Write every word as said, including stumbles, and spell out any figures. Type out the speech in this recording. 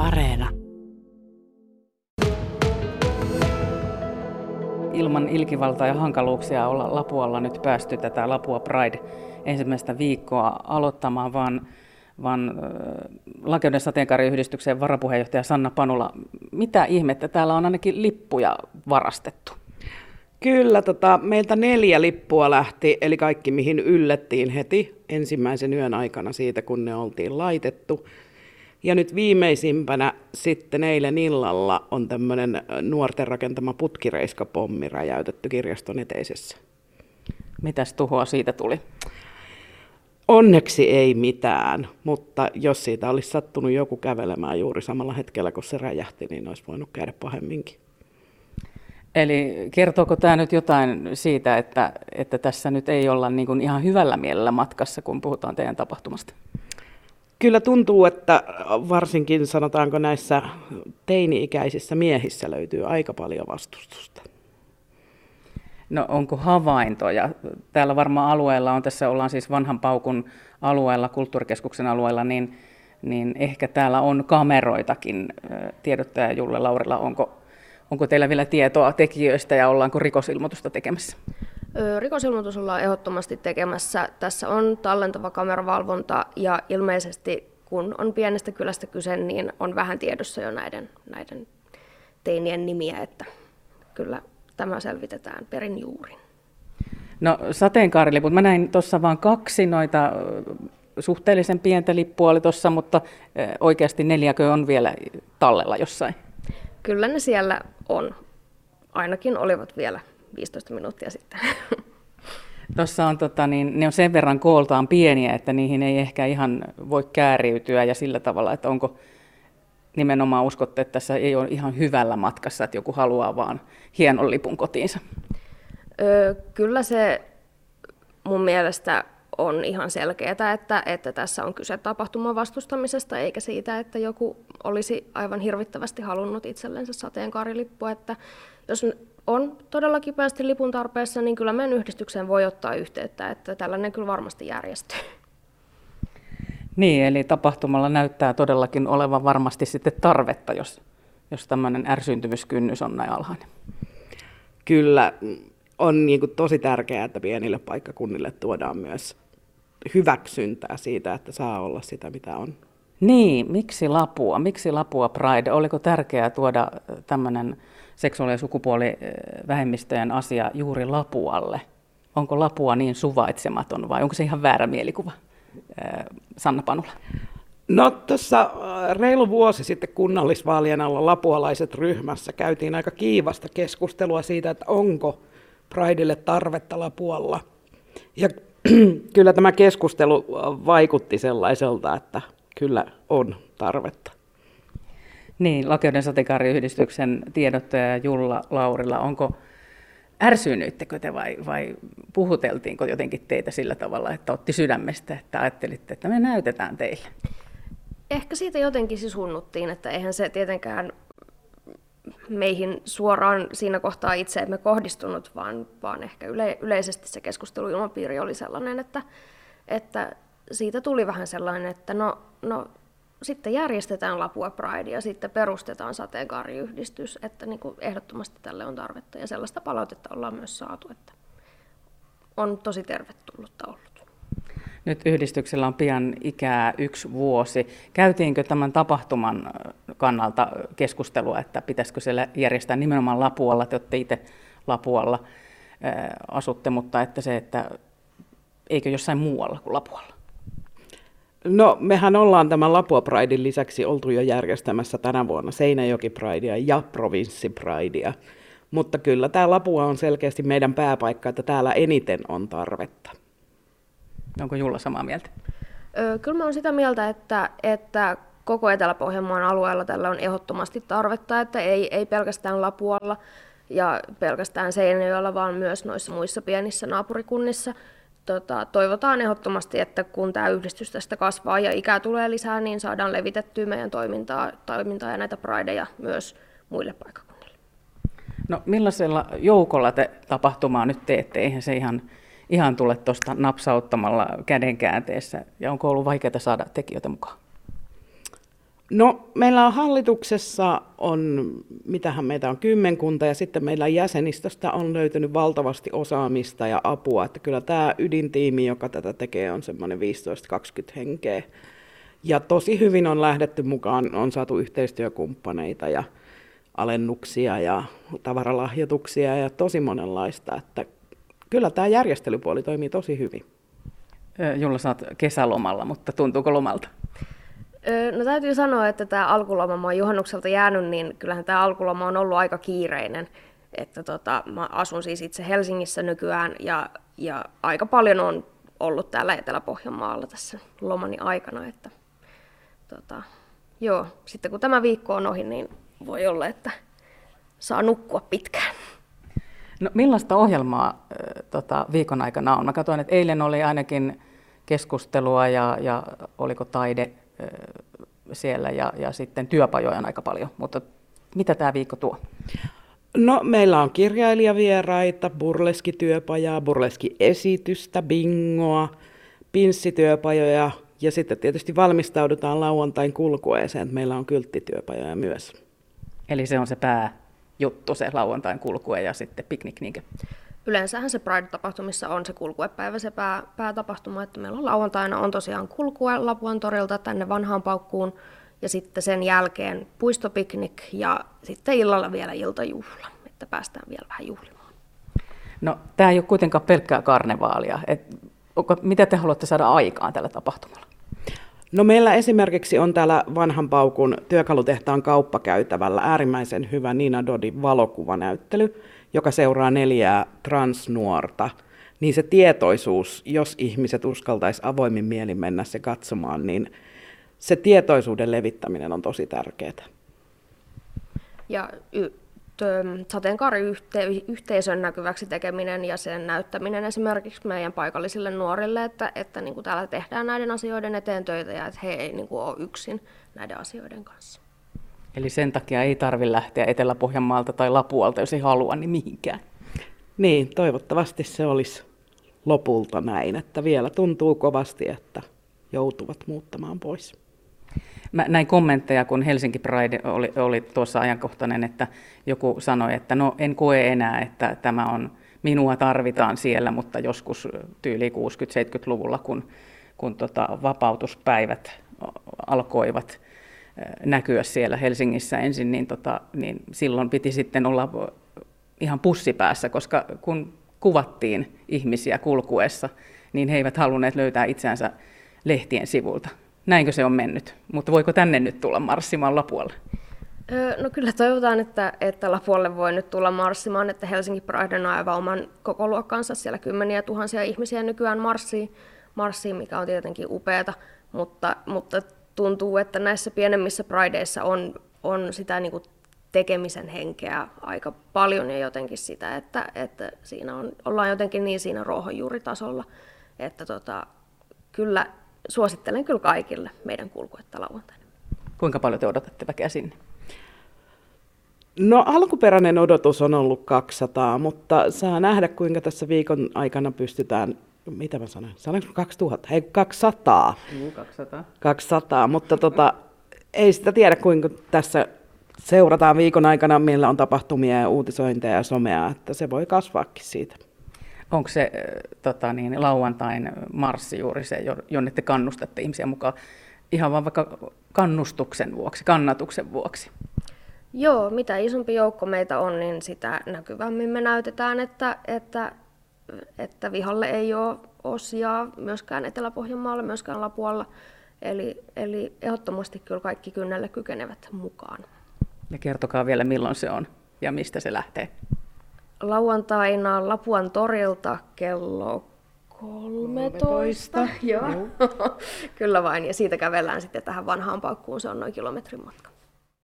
Areena. Ilman ilkivaltaa ja hankaluuksia olla Lapualla nyt päästy tätä Lapua Pride ensimmäistä viikkoa aloittamaan, vaan, vaan Lakeuden sateenkaariyhdistyksen varapuheenjohtaja Sanna Panula. Mitä ihmettä? Täällä on ainakin lippuja varastettu. Kyllä, tota, meiltä neljä lippua lähti, eli kaikki mihin yllättiin heti ensimmäisen yön aikana siitä, kun ne oltiin laitettu. Ja nyt viimeisimpänä sitten eilen illalla on tämmöinen nuorten rakentama putkireiskapommi räjäytetty kirjaston eteisessä. Mitäs tuhoa siitä tuli? Onneksi ei mitään, mutta jos siitä olisi sattunut joku kävelemään juuri samalla hetkellä, kun se räjähti, niin olisi voinut käydä pahemminkin. Eli kertooko tämä nyt jotain siitä, että, että tässä nyt ei olla niin kuin ihan hyvällä mielellä matkassa, kun puhutaan teidän tapahtumasta? Kyllä tuntuu, että varsinkin sanotaanko näissä teini-ikäisissä miehissä löytyy aika paljon vastustusta. No onko havaintoja? Täällä varmaan alueella on, tässä ollaan siis Vanhan Paukun alueella, kulttuurikeskuksen alueella, niin, niin ehkä täällä on kameroitakin. Tiedottaja Julle Laurila, onko, onko teillä vielä tietoa tekijöistä ja ollaanko rikosilmoitusta tekemässä? Rikosilmoitus ollaan ehdottomasti tekemässä. Tässä on tallentava kameravalvonta ja ilmeisesti kun on pienestä kylästä kyse, niin on vähän tiedossa jo näiden, näiden teinien nimiä, että kyllä tämä selvitetään perin juurin. No sateenkaariliput, mä näin tuossa vain kaksi noita suhteellisen pientä lippua oli tuossa, mutta oikeasti neljäkö on vielä tallella jossain? Kyllä ne siellä on. Ainakin olivat vielä viisitoista minuuttia sitten. Tuossa on, tota, niin, ne on sen verran kooltaan pieniä, että niihin ei ehkä ihan voi kääriytyä ja sillä tavalla, että onko nimenomaan uskotte, että tässä ei ole ihan hyvällä matkassa, että joku haluaa vaan hienon lipun kotiinsa? Öö, kyllä se mun mielestä on ihan selkeää, että, että tässä on kyse tapahtuman vastustamisesta, eikä siitä, että joku olisi aivan hirvittävästi halunnut itsellensä sateenkaarilippua. Että jos on todella kipeästi lipun tarpeessa, niin kyllä meidän yhdistykseen voi ottaa yhteyttä, että tällainen kyllä varmasti järjestyy. Niin, eli tapahtumalla näyttää todellakin olevan varmasti sitten tarvetta, jos, jos tämmöinen ärsyyntymiskynnys on näin alhainen. Kyllä, on niin kuin tosi tärkeää, että pienille paikkakunnille tuodaan myös hyväksyntää siitä, että saa olla sitä, mitä on. Niin, miksi Lapua? Miksi Lapua Pride? Oliko tärkeää tuoda tämmöinen seksuaali- ja sukupuolivähemmistöjen asia juuri Lapualle? Onko Lapua niin suvaitsematon vai onko se ihan väärä mielikuva? Sanna Panula. No tuossa reilu vuosi sitten kunnallisvaalien alla lapualaiset ryhmässä käytiin aika kiivasta keskustelua siitä, että onko Pridelle tarvetta Lapualla. Ja kyllä tämä keskustelu vaikutti sellaiselta, että kyllä on tarvetta. Niin, Lakeuden sateenkaariyhdistyksen tiedottaja Julla Laurila, onko ärsyynnyittekö te vai, vai puhuteltiinko jotenkin teitä sillä tavalla, että otti sydämestä, että ajattelitte, että me näytetään teille? Ehkä siitä jotenkin sisunnuttiin, että eihän se tietenkään meihin suoraan siinä kohtaa itse emme kohdistunut, vaan, vaan ehkä yle, yleisesti se keskusteluilmapiiri oli sellainen, että, että siitä tuli vähän sellainen, että no, no sitten järjestetään Lapua Pride ja sitten perustetaan sateenkaariyhdistys, että niin kuin ehdottomasti tälle on tarvetta ja sellaista palautetta ollaan myös saatu, että on tosi tervetullutta ollut. Nyt yhdistyksellä on pian ikää yksi vuosi. Käytiinkö tämän tapahtuman kannalta keskustelua, että pitäisikö siellä järjestää nimenomaan Lapualla, te olette itse Lapualla ää, asutte, mutta että se, että eikö jossain muualla kuin Lapualla? No mehän ollaan tämän Lapua Pridein lisäksi oltu jo järjestämässä tänä vuonna Seinäjoki Pridea ja Provinssi Pridea, mutta kyllä tämä Lapua on selkeästi meidän pääpaikka, että täällä eniten on tarvetta. Onko Julla samaa mieltä? Öö, kyllä mä olen sitä mieltä, että, että koko Etelä-Pohjanmaan alueella tällä on ehdottomasti tarvetta, että ei, ei pelkästään Lapualla ja pelkästään Seinäjoella, vaan myös noissa muissa pienissä naapurikunnissa. Tota, toivotaan ehdottomasti, että kun tämä yhdistys tästä kasvaa ja ikää tulee lisää, niin saadaan levitettyä meidän toimintaa, toimintaa ja näitä prideja myös muille paikkakunnille. No millaisella joukolla te tapahtumaa nyt teette? Eihän se ihan, ihan tule tuosta napsauttamalla kädenkäänteessä. Ja onko ollut vaikeaa saada tekijöitä mukaan? No, meillä on hallituksessa, on, mitähän meitä on kymmenkunta, ja sitten meillä jäsenistöstä on löytynyt valtavasti osaamista ja apua. Että kyllä tämä ydintiimi, joka tätä tekee, on semmoinen viisitoista kaksikymmentä henkeä. Ja tosi hyvin on lähdetty mukaan, on saatu yhteistyökumppaneita ja alennuksia ja tavaralahjoituksia ja tosi monenlaista. Että kyllä tämä järjestelypuoli toimii tosi hyvin. Julla, sä oot kesälomalla, mutta tuntuuko lomalta? No täytyy sanoa, että tämä alkuloma, mä oon juhannukselta jäänyt, niin kyllähän tämä alkuloma on ollut aika kiireinen. Että tota, mä asun siis itse Helsingissä nykyään ja, ja aika paljon on ollut täällä Etelä-Pohjanmaalla tässä lomani aikana. Että, tota, joo, sitten kun tämä viikko on ohi, niin voi olla, että saa nukkua pitkään. No millaista ohjelmaa äh, tota, viikon aikana on? Mä katsoin, että eilen oli ainakin keskustelua ja, ja oliko taide siellä ja, ja sitten työpajoja on aika paljon, mutta mitä tämä viikko tuo? No meillä on kirjailijavieraita, burleskityöpajaa, burleskiesitystä, bingoa, pinssityöpajoja ja sitten tietysti valmistaudutaan lauantain kulkueeseen, että meillä on kylttityöpajoja myös. Eli se on se pääjuttu, se lauantain kulkue ja sitten piknik, niinkö? Yleensähän se Pride-tapahtumissa on se kulkuepäivä, se pää, päätapahtuma, että meillä on lauantaina on tosiaan kulkue Lapuan torilta tänne Vanhaan Paukkuun ja sitten sen jälkeen puistopiknik ja sitten illalla vielä iltajuhla, että päästään vielä vähän juhlimaan. No tämä ei ole kuitenkaan pelkkää karnevaalia. Et, onko, mitä te haluatte saada aikaan tällä tapahtumalla? No meillä esimerkiksi on täällä Vanhan Paukun työkalutehtaan kauppakäytävällä äärimmäisen hyvä Nina Dodin valokuvanäyttely, joka seuraa neljää transnuorta, niin se tietoisuus, jos ihmiset uskaltaisi avoimin mielin mennä se katsomaan, niin se tietoisuuden levittäminen on tosi tärkeää. Ja y- tö- sateenkaariyhteisön näkyväksi tekeminen ja sen näyttäminen esimerkiksi meidän paikallisille nuorille, että, että niin kuin täällä tehdään näiden asioiden eteen töitä ja että he ei niin kuin ole yksin näiden asioiden kanssa. Eli sen takia ei tarvitse lähteä Etelä-Pohjanmaalta tai Lapualta, jos ei halua, niin mihinkään. Niin, toivottavasti se olisi lopulta näin, että vielä tuntuu kovasti, että joutuvat muuttamaan pois. Mä näin kommentteja, kun Helsinki Pride oli, oli tuossa ajankohtainen, että joku sanoi, että no en koe enää, että tämä on, minua tarvitaan siellä, mutta joskus tyyli kuusikymmentä-seitsemänkymmentäluvulla, kun, kun tota, vapautuspäivät alkoivat näkyä siellä Helsingissä ensin, niin, tota, niin silloin piti sitten olla ihan pussipäässä, koska kun kuvattiin ihmisiä kulkuessa, niin he eivät halunneet löytää itseänsä lehtien sivulta. Näinkö se on mennyt? Mutta voiko tänne nyt tulla marssimaan Lapualle? No kyllä toivotaan, että, että Lapualle voi nyt tulla marssimaan, että Helsinki Pride on aivan oman koko luokkansa. Siellä kymmeniä tuhansia ihmisiä nykyään marssii, marssii mikä on tietenkin upeata, mutta, mutta tuntuu, että näissä pienemmissä prideissa on, on sitä niin kuin tekemisen henkeä aika paljon ja jotenkin sitä, että, että siinä on, ollaan jotenkin niin siinä ruohonjuuritasolla, että tota, kyllä suosittelen kyllä kaikille meidän kulkuetta lauantaina. Kuinka paljon te odotatte väkeä sinne? No alkuperäinen odotus on ollut kaksisataa, mutta saa nähdä kuinka tässä viikon aikana pystytään, mitä mä sanoin, sanoinko kaksituhatta? Hei, kaksisataa. Juu, kaksisataa. kaksisataa, mutta tota, ei sitä tiedä kuinka tässä seurataan viikon aikana, millä on tapahtumia ja uutisointeja ja somea, että se voi kasvaakin siitä. Onko se tota niin, lauantain marssi juuri se, jonne te kannustatte ihmisiä mukaan ihan vaan vaikka kannustuksen vuoksi, kannatuksen vuoksi? Joo, mitä isompi joukko meitä on, niin sitä näkyvämmin me näytetään, että, että, että vihalle ei ole osijaa myöskään Etelä-Pohjanmaalla, myöskään Lapualla. Eli, eli ehdottomasti kyllä kaikki kynnelle kykenevät mukaan. Ja kertokaa vielä, milloin se on ja mistä se lähtee. Lauantaina Lapuan torilta kello kolmetoista. Joo. Kyllä vain, ja siitä kävellään sitten tähän Vanhaan Paukkuun, se on noin kilometrin matka.